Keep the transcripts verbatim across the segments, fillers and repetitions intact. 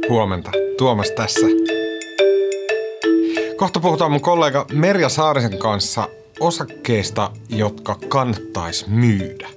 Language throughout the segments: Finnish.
Huomenta. Tuomas tässä. Kohta puhutaan mun kollega Merja Saarisen kanssa osakkeista, jotka kannattaisi myydä.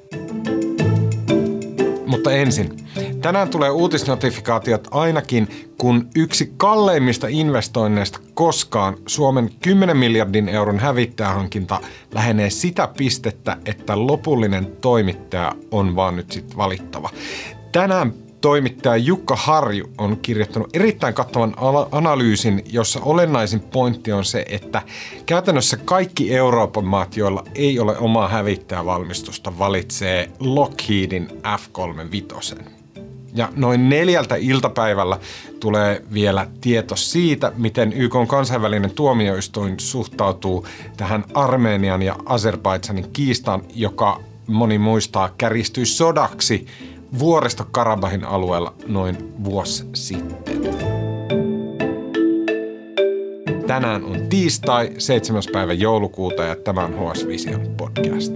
Mutta ensin. Tänään tulee uutisnotifikaatiot ainakin, kun yksi kalleimmista investoinneista koskaan Suomen kymmenen miljardin euron hävittäjähankinta lähenee sitä pistettä, että lopullinen toimittaja on vaan nyt sitten valittava. Tänään toimittaja Jukka Harju on kirjoittanut erittäin kattavan analyysin, jossa olennaisin pointti on se, että käytännössä kaikki Euroopan maat, joilla ei ole omaa hävittäjävalmistusta, valitsee Lockheedin F kolmekymmentäviisi. Ja noin neljältä iltapäivällä tulee vielä tieto siitä, miten Y K:n kansainvälinen tuomioistuin suhtautuu tähän Armenian ja Azerbaidžanin kiistaan, joka moni muistaa kärjistyi sodaksi Vuoristo-Karabahin alueella noin vuosi sitten. Tänään on tiistai, seitsemäs päivä joulukuuta ja tämä on H S Vision podcast.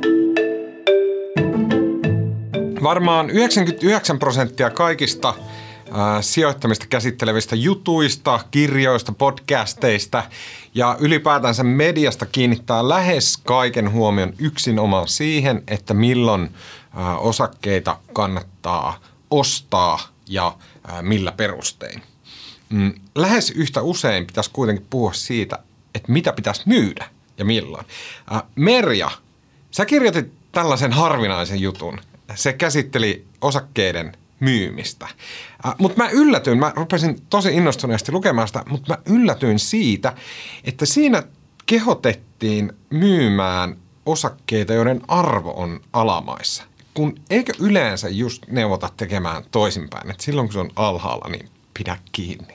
Varmaan yhdeksänkymmentäyhdeksän prosenttia kaikista ää, sijoittamista käsittelevistä jutuista, kirjoista, podcasteista ja ylipäätänsä mediasta kiinnittää lähes kaiken huomion yksinomaan siihen, että milloin ää, osakkeita kannattaa ostaa ja ää, millä perustein. Mm, lähes yhtä usein pitäisi kuitenkin puhua siitä, että mitä pitäisi myydä ja milloin. Ää, Merja, sä kirjoitit tällaisen harvinaisen jutun. Se käsitteli osakkeiden myymistä. Äh, mutta mä yllätyin, mä rupesin tosi innostuneesti lukemaan sitä, mutta mä yllätyin siitä, että siinä kehotettiin myymään osakkeita, joiden arvo on alamaissa. Kun eikö yleensä just neuvota tekemään toisinpäin, että silloin kun se on alhaalla, niin pidä kiinni.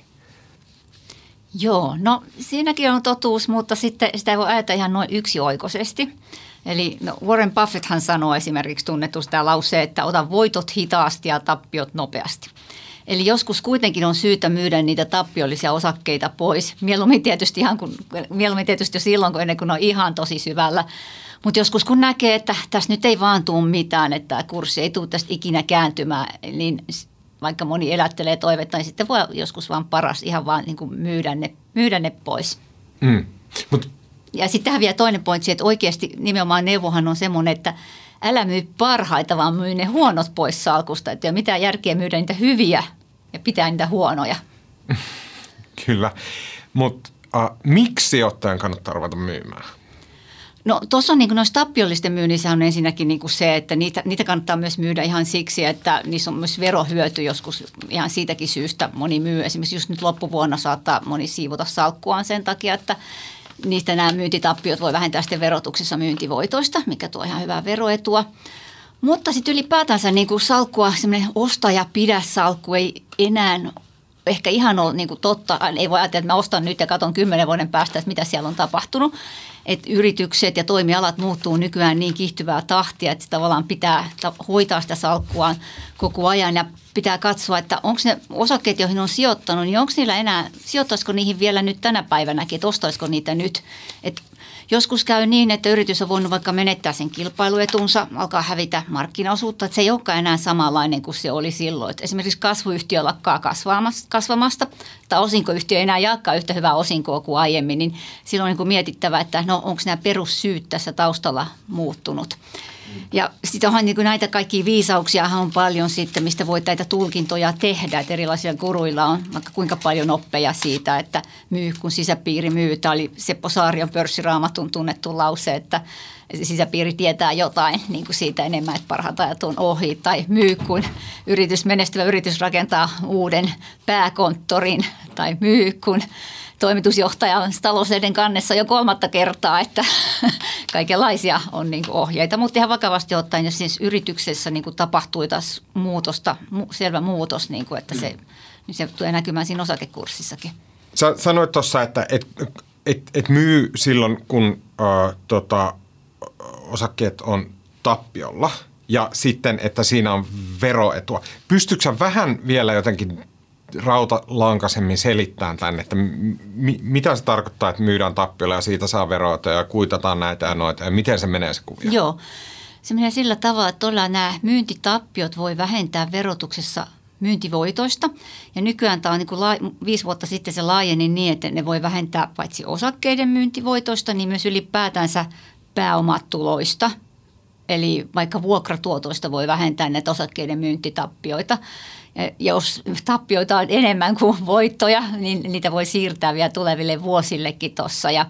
Joo, no siinäkin on totuus, mutta sitten sitä ei voi ajatella ihan noin yksioikoisesti. Eli no, Warren Buffetthan sanoo esimerkiksi tunnetusti tämä lause, että ota voitot hitaasti ja tappiot nopeasti. Eli joskus kuitenkin on syytä myydä niitä tappiollisia osakkeita pois. Mieluummin tietysti, ihan kun, mieluummin tietysti jo silloin, kun ennen kuin on ihan tosi syvällä. Mutta joskus kun näkee, että tässä nyt ei vaan tule mitään, että kurssi ei tule tästä ikinä kääntymään, niin vaikka moni elättelee toivetta, niin sitten voi joskus vaan paras ihan vaan niin kuin myydä, ne, myydä ne pois. Mm. Mut Ja sittenhän vielä toinen pointsi, että oikeasti nimenomaan neuvohan on semmoinen, että älä myy parhaita, vaan myy ne huonot pois salkusta. Että ei ole mitään järkeä myydä niitä hyviä ja pitää niitä huonoja. Kyllä, mutta äh, miksi ottajan kannattaa ruveta myymään? No tuossa on niin noissa tappiollisten myynnissä on ensinnäkin niin kuin se, että niitä, niitä kannattaa myös myydä ihan siksi, että niissä on myös verohyöty joskus ihan siitäkin syystä moni myy. Esimerkiksi just nyt loppuvuonna saattaa moni siivota salkkuaan sen takia, että niistä nämä myyntitappiot voi vähentää sitten verotuksessa myyntivoitoista, mikä tuo ihan hyvää veroetua. Mutta sitten ylipäätänsä niin kuin salkkua, semmoinen osta ja pidä salkku ei enää ehkä ihan ole niin kuin totta. Ei voi ajatella, että mä ostan nyt ja katson kymmenen vuoden päästä, että mitä siellä on tapahtunut. Että yritykset ja toimialat muuttuu nykyään niin kiihtyvää tahtia, että tavallaan pitää hoitaa sitä salkkuaan koko ajan ja pitää katsoa, että onko ne osakkeet, joihin on sijoittanut, niin onko niillä enää, sijoittaisiko niihin vielä nyt tänä päivänäkin, että ostaisiko niitä nyt. Et joskus käy niin, että yritys on voinut vaikka menettää sen kilpailuetunsa, alkaa hävitä markkinaosuutta, että se ei olekaan enää samanlainen kuin se oli silloin. Et esimerkiksi kasvuyhtiö lakkaa kasvamasta tai osinkoyhtiö ei enää jaakaan yhtä hyvää osinkoa kuin aiemmin, niin silloin on niin kuin mietittävä, että no onko nämä perussyyt tässä taustalla muuttunut. Ja sitten onhan niin kuin näitä kaikkia viisauksiahan on paljon sitten, mistä voi näitä tulkintoja tehdä. Että erilaisilla guruilla on vaikka kuinka paljon oppeja siitä, että myy kun sisäpiiri myy. Tämä oli Seppo Saarion pörssiraamatun tunnettu lause, että sisäpiiri tietää jotain niin kuin siitä enemmän, että parhaat ajat on ohi. Tai myy kun yritys, menestyvä yritys rakentaa uuden pääkonttorin tai myy kun toimitusjohtaja on talouslehden kannessa jo kolmatta kertaa, että kaikenlaisia on niin kuin ohjeita. Mutta ihan vakavasti ottaen, jos siis yrityksessä niin kuin tapahtui taas muutosta, selvä muutos, niin kuin, että se, niin se tulee näkymään siinä osakekurssissakin. Sä sanoit tuossa, että et, et, et myy silloin, kun äh, tota, osakkeet on tappiolla ja sitten, että siinä on veroetua. Pystytkö sä vähän vielä jotenkin rautalankaisemmin selittämään tänne, että mi- mitä se tarkoittaa, että myydään tappiolla ja siitä saa veroita ja kuitataan näitä ja noita ja miten se menee se kuvio? Joo, se menee sillä tavalla, että todella nämä myyntitappiot voi vähentää verotuksessa myyntivoitoista. Ja nykyään tämä on niin kuin la- viisi vuotta sitten se laajeni niin, että ne voi vähentää paitsi osakkeiden myyntivoitoista, niin myös ylipäätänsä pääomatuloista. Eli vaikka vuokratuotoista voi vähentää näitä osakkeiden myyntitappioita. Ja jos tappioita on enemmän kuin voittoja, niin niitä voi siirtää vielä tuleville vuosillekin tuossa. Ja,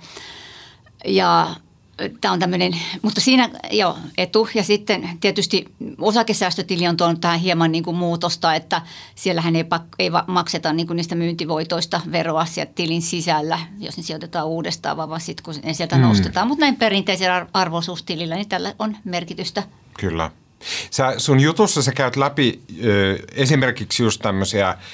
ja tämä on tämmöinen, mutta siinä jo etu. Ja sitten tietysti osakesäästötili on tuonut tähän hieman niin kuin muutosta, että siellähän ei, ei makseta niin kuin niistä myyntivoitoista veroa sieltä tilin sisällä, jos ne sijoitetaan uudestaan, vaan sitten kun ne sieltä mm. nostetaan. Mutta näin perinteisellä arvoisuustilillä, niin tällä on merkitystä. Kyllä. Sä, sun jutussa sä käyt läpi ö, esimerkiksi just tämmöisiä ö,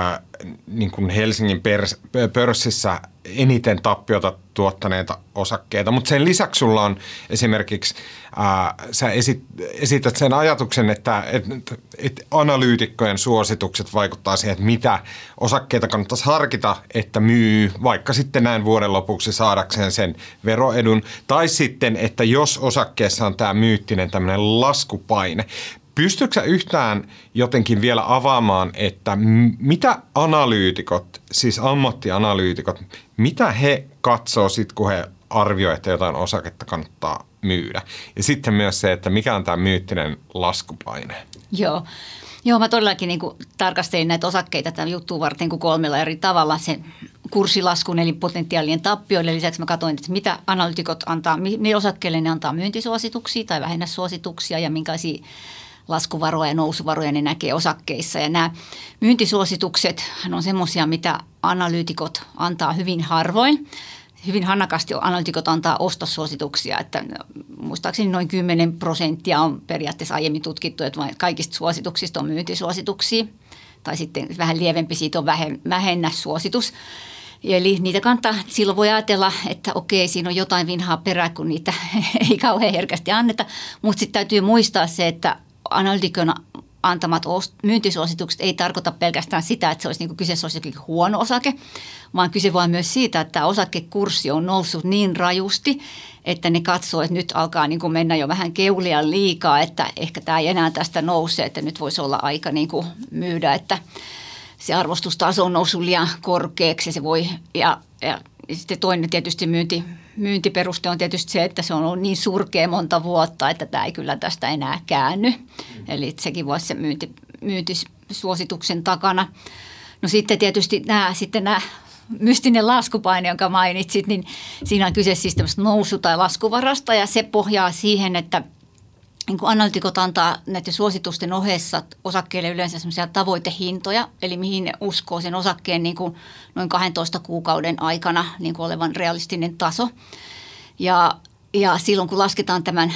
niin kuin Helsingin pers, pörssissä eniten tappiota tuottaneita osakkeita, mutta sen lisäksi sulla on esimerkiksi, ää, sä esit, esität sen ajatuksen, että et, et analyytikkojen suositukset vaikuttaa siihen, että mitä osakkeita kannattaisi harkita, että myy vaikka sitten näin vuoden lopuksi saadakseen sen veroedun, tai sitten, että jos osakkeessa on tämä myyttinen tämmöinen laskupaine. Pystytkö sä yhtään jotenkin vielä avaamaan, että mitä analyytikot, siis ammattianalyytikot, mitä he katsoo sitten, kun he arvioivat, että jotain osaketta kannattaa myydä? Ja sitten myös se, että mikä on tämä myyttinen laskupaine? Joo. Joo, mä todellakin niin kuin tarkastelin näitä osakkeita tämän juttuun varten kuin kolmella eri tavalla. Se kurssilaskun eli potentiaalien tappioiden lisäksi mä katsoin, että mitä analyytikot antaa, mille osakkeille ne antaa myyntisuosituksia tai vähennässuosituksia ja minkälaisia laskuvaroja ja nousuvaroja ne näkee osakkeissa. Ja nämä myyntisuositukset on semmoisia, mitä analyytikot antaa hyvin harvoin. Hyvin hannakasti analyytikot antaa ostossuosituksia, että muistaakseni noin kymmenen prosenttia on periaatteessa aiemmin tutkittu, että kaikista suosituksista on myyntisuosituksia. Tai sitten vähän lievempi siitä on vähennässuositus. Eli niitä kannattaa, silloin voi ajatella, että okei, siinä on jotain vinhaa perää, kun niitä ei kauhean herkästi anneta. Mutta sitten täytyy muistaa se, että analytikon antamat myyntisuositukset ei tarkoita pelkästään sitä, että se olisi niin kuin kyseessä olisi jokin huono osake, vaan kyse vaan myös siitä, että tämä osakekurssi on noussut niin rajusti, että ne katsoo, että nyt alkaa niin kuin mennä jo vähän keulia liikaa, että ehkä tämä ei enää tästä nouse, että nyt voisi olla aika niin kuin myydä, että se arvostustaso on noussut liian korkeaksi ja se voi, ja, ja sitten toinen tietysti myynti, myyntiperuste on tietysti se, että se on ollut niin surkea monta vuotta, että tämä ei kyllä tästä enää käänny. Eli sekin voisi se myynti, myyntisuosituksen takana. No sitten tietysti nämä, sitten nämä mystinen laskupaine, jonka mainitsit, niin siinä on kyse siis tämmöistä nousu- tai laskuvarasta ja se pohjaa siihen, että niin kuin analytikot antaa näiden suositusten ohessa osakkeille yleensä semmoisia tavoitehintoja, eli mihin ne uskoo sen osakkeen niin kuin noin kahdentoista kuukauden aikana niin kuin olevan realistinen taso. Ja, ja silloin kun lasketaan tämän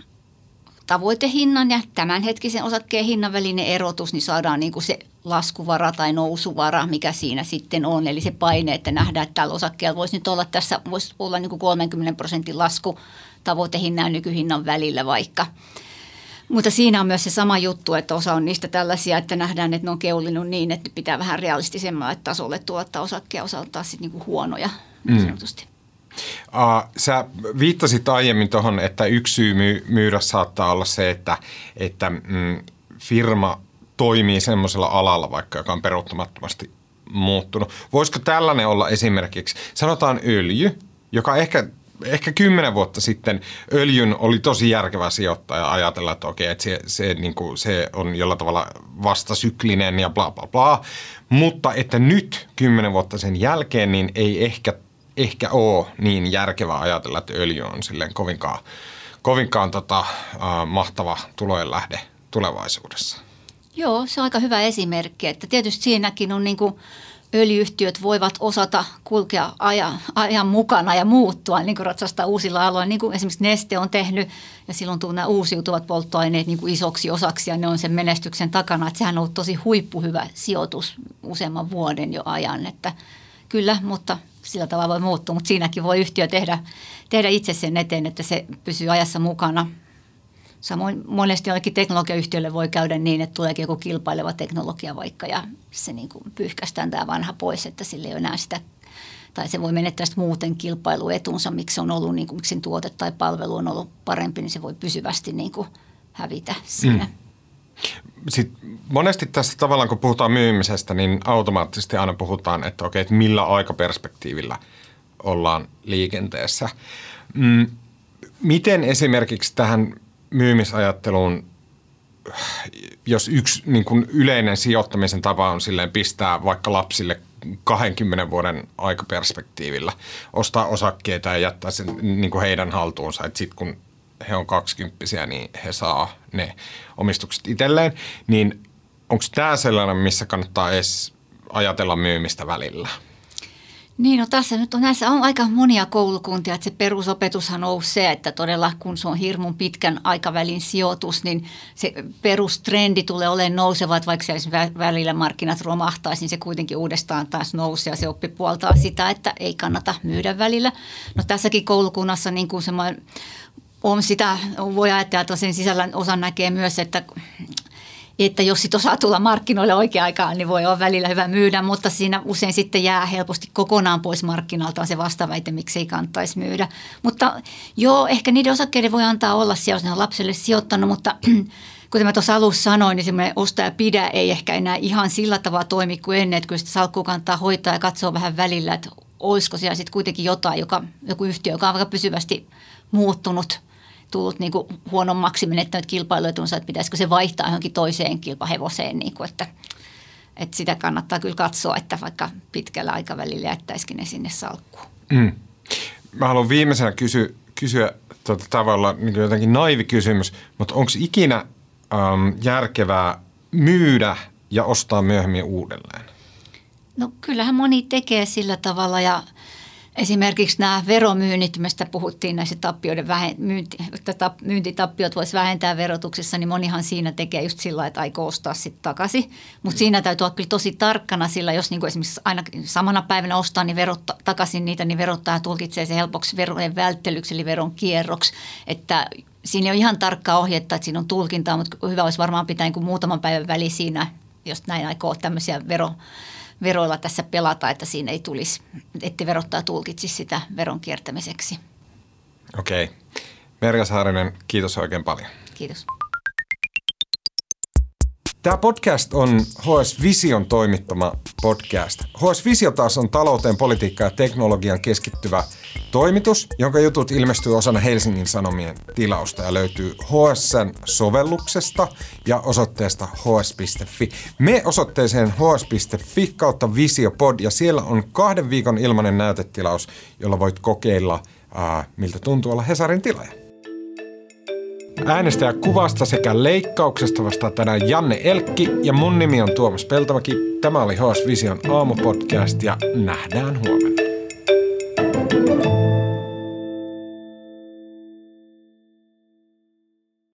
tavoitehinnan ja tämänhetkisen osakkeen hinnan välinen erotus, niin saadaan niin kuin se laskuvara tai nousuvara, mikä siinä sitten on. Eli se paine, että nähdään, että tällä osakkeella voisi nyt olla tässä, voisi olla niin kuin kolmekymmentä prosentin lasku tavoitehinnan ja nykyhinnan välillä vaikka. Mutta siinä on myös se sama juttu, että osa on niistä tällaisia, että nähdään, että ne on keulinut niin, että pitää vähän realistisemmalle tasolle tuottaa osakkeja, osa on taas sitten niin kuin huonoja niin sanotusti. Mm. Uh, sä viittasit aiemmin tuohon, että yksi syy myy- myydä saattaa olla se, että, että mm, firma toimii semmoisella alalla vaikka, joka on peruuttamattomasti muuttunut. Voisiko tällainen olla esimerkiksi, sanotaan öljy, joka ehkä, ehkä kymmenen vuotta sitten öljyn oli tosi järkevä sijoittaja ajatella, että okei, että se, se, niin kuin, se on jollain tavalla vastasyklinen ja bla bla bla, mutta että nyt kymmenen vuotta sen jälkeen niin ei ehkä ehkä ole niin järkevää ajatella, että öljy on silleen kovinkaan, kovinkaan tota, äh, mahtava tulojen lähde tulevaisuudessa. Joo, se on aika hyvä esimerkki, että tietysti siinäkin on niin kuin öljyyhtiöt voivat osata kulkea ajan, ajan mukana ja muuttua, niin kuin ratsastaa uusilla aloilla, niin kuin esimerkiksi Neste on tehnyt, ja silloin tuu nämä uusiutuvat polttoaineet niin kuin isoksi osaksi, ja ne on sen menestyksen takana, että sehän on ollut tosi huippuhyvä sijoitus useamman vuoden jo ajan, että kyllä, mutta sillä tavalla voi muuttua, mutta siinäkin voi yhtiö tehdä, tehdä itse sen eteen, että se pysyy ajassa mukana. Samoin monesti jollekin teknologiayhtiölle voi käydä niin, että tuleekin joku kilpaileva teknologia vaikka ja se niin kuin pyyhkästään tämä vanha pois, että sillä ei ole enää sitä, tai se voi menettää muuten kilpailuetunsa, miksi se on ollut, niin kuin, miksi sen tuote tai palvelu on ollut parempi, niin se voi pysyvästi niin kuin hävitä siinä. Mm. Sitten monesti tässä tavallaan, kun puhutaan myymisestä, niin automaattisesti aina puhutaan, että okei, että millä aikaperspektiivillä ollaan liikenteessä. Mm, miten esimerkiksi tähän myymisajatteluun, jos yksi niin kuin yleinen sijoittamisen tapa on silleen pistää vaikka lapsille kahdenkymmenen vuoden aikaperspektiivillä, ostaa osakkeita ja jättää sen niin kuin heidän haltuunsa, että sitten kun he on kaksikymppisiä, niin he saa ne omistukset itselleen, niin onko tämä sellainen, missä kannattaa edes ajatella myymistä välillä? Niin, no tässä nyt on, näissä on aika monia koulukuntia, että se perusopetushan on se, että todella kun se on hirmun pitkän aikavälin sijoitus, niin se perustrendi tulee olemaan nouseva, että vaikka siellä välillä markkinat romahtaisi, niin se kuitenkin uudestaan taas nousee ja se oppi puoltaa sitä, että ei kannata myydä välillä. No tässäkin koulukunnassa niin kuin semmoinen on sitä, voi ajatella, että sen sisällä osa näkee myös, että että jos sit osaa tulla markkinoille oikeaan aikaan, niin voi olla välillä hyvä myydä, mutta siinä usein sitten jää helposti kokonaan pois markkinalta se vastaväite, miksi ei kannattaisi myydä. Mutta joo, ehkä niiden osakkeiden voi antaa olla siellä, jos ne on lapselle sijoittanut, mutta kuten mä tuossa alussa sanoin, niin semmoinen osta ja pidä ei ehkä enää ihan sillä tavalla toimi kuin ennen, että kyllä sitä salkkua kannattaa hoitaa ja katsoa vähän välillä, että olisiko siellä sitten kuitenkin jotain, joka, joku yhtiö, joka on vaikka pysyvästi muuttunut, tullut niin kuin huonommaksi, menettänyt kilpailuetunsa, että pitäisikö se vaihtaa johonkin toiseen kilpahevoseen, niin kuin, että, että sitä kannattaa kyllä katsoa, että vaikka pitkällä aikavälillä jättäisikin ne sinne salkkuun. Mm. Mä haluan viimeisenä kysyä, kysyä tuota, tavallaan niin kuin jotenkin naivi kysymys, mutta onko ikinä äm, järkevää myydä ja ostaa myöhemmin uudelleen? No kyllähän moni tekee sillä tavalla ja esimerkiksi nämä veromyynnit, mistä puhuttiin näistä tappioiden vähen, myynti, että myyntitappiot voisi vähentää verotuksessa, niin monihan siinä tekee just sillä, että aikoo ostaa sitten takaisin. Mutta siinä täytyy olla kyllä tosi tarkkana, sillä jos niin esimerkiksi aina samana päivänä ostaa niin verot, takaisin niitä, niin verottaja tulkitsee se helpoksi verojen välttelyksi eli veron kierroksi. Että siinä on ihan tarkkaa ohjetta, että siinä on tulkintaa, mutta hyvä olisi varmaan pitää niin kuin muutaman päivän väliin siinä, jos näin aikoo tämmöisiä vero veroilla tässä pelata, että siinä ei tulisi, ettei verottaja tulkitsisi sitä veron kiertämiseksi. Okei. Merja Saarinen, kiitos oikein paljon. Kiitos. Tämä podcast on H S Vision toimittama podcast. H S Visio taas on talouteen, politiikkaan ja teknologian keskittyvä toimitus, jonka jutut ilmestyy osana Helsingin Sanomien tilausta ja löytyy H S:n sovelluksesta ja osoitteesta h s piste f i. Me osoitteeseen h s piste f i kautta visiopod ja siellä on kahden viikon ilmainen näytetilaus, jolla voit kokeilla, ää, miltä tuntuu olla Hesarin tilaaja. Äänestäjä kuvasta sekä leikkauksesta vastaa tänään Janne Elkki ja mun nimi on Tuomas Peltomäki. Tämä oli H S Vision aamupodcast ja nähdään huomenna.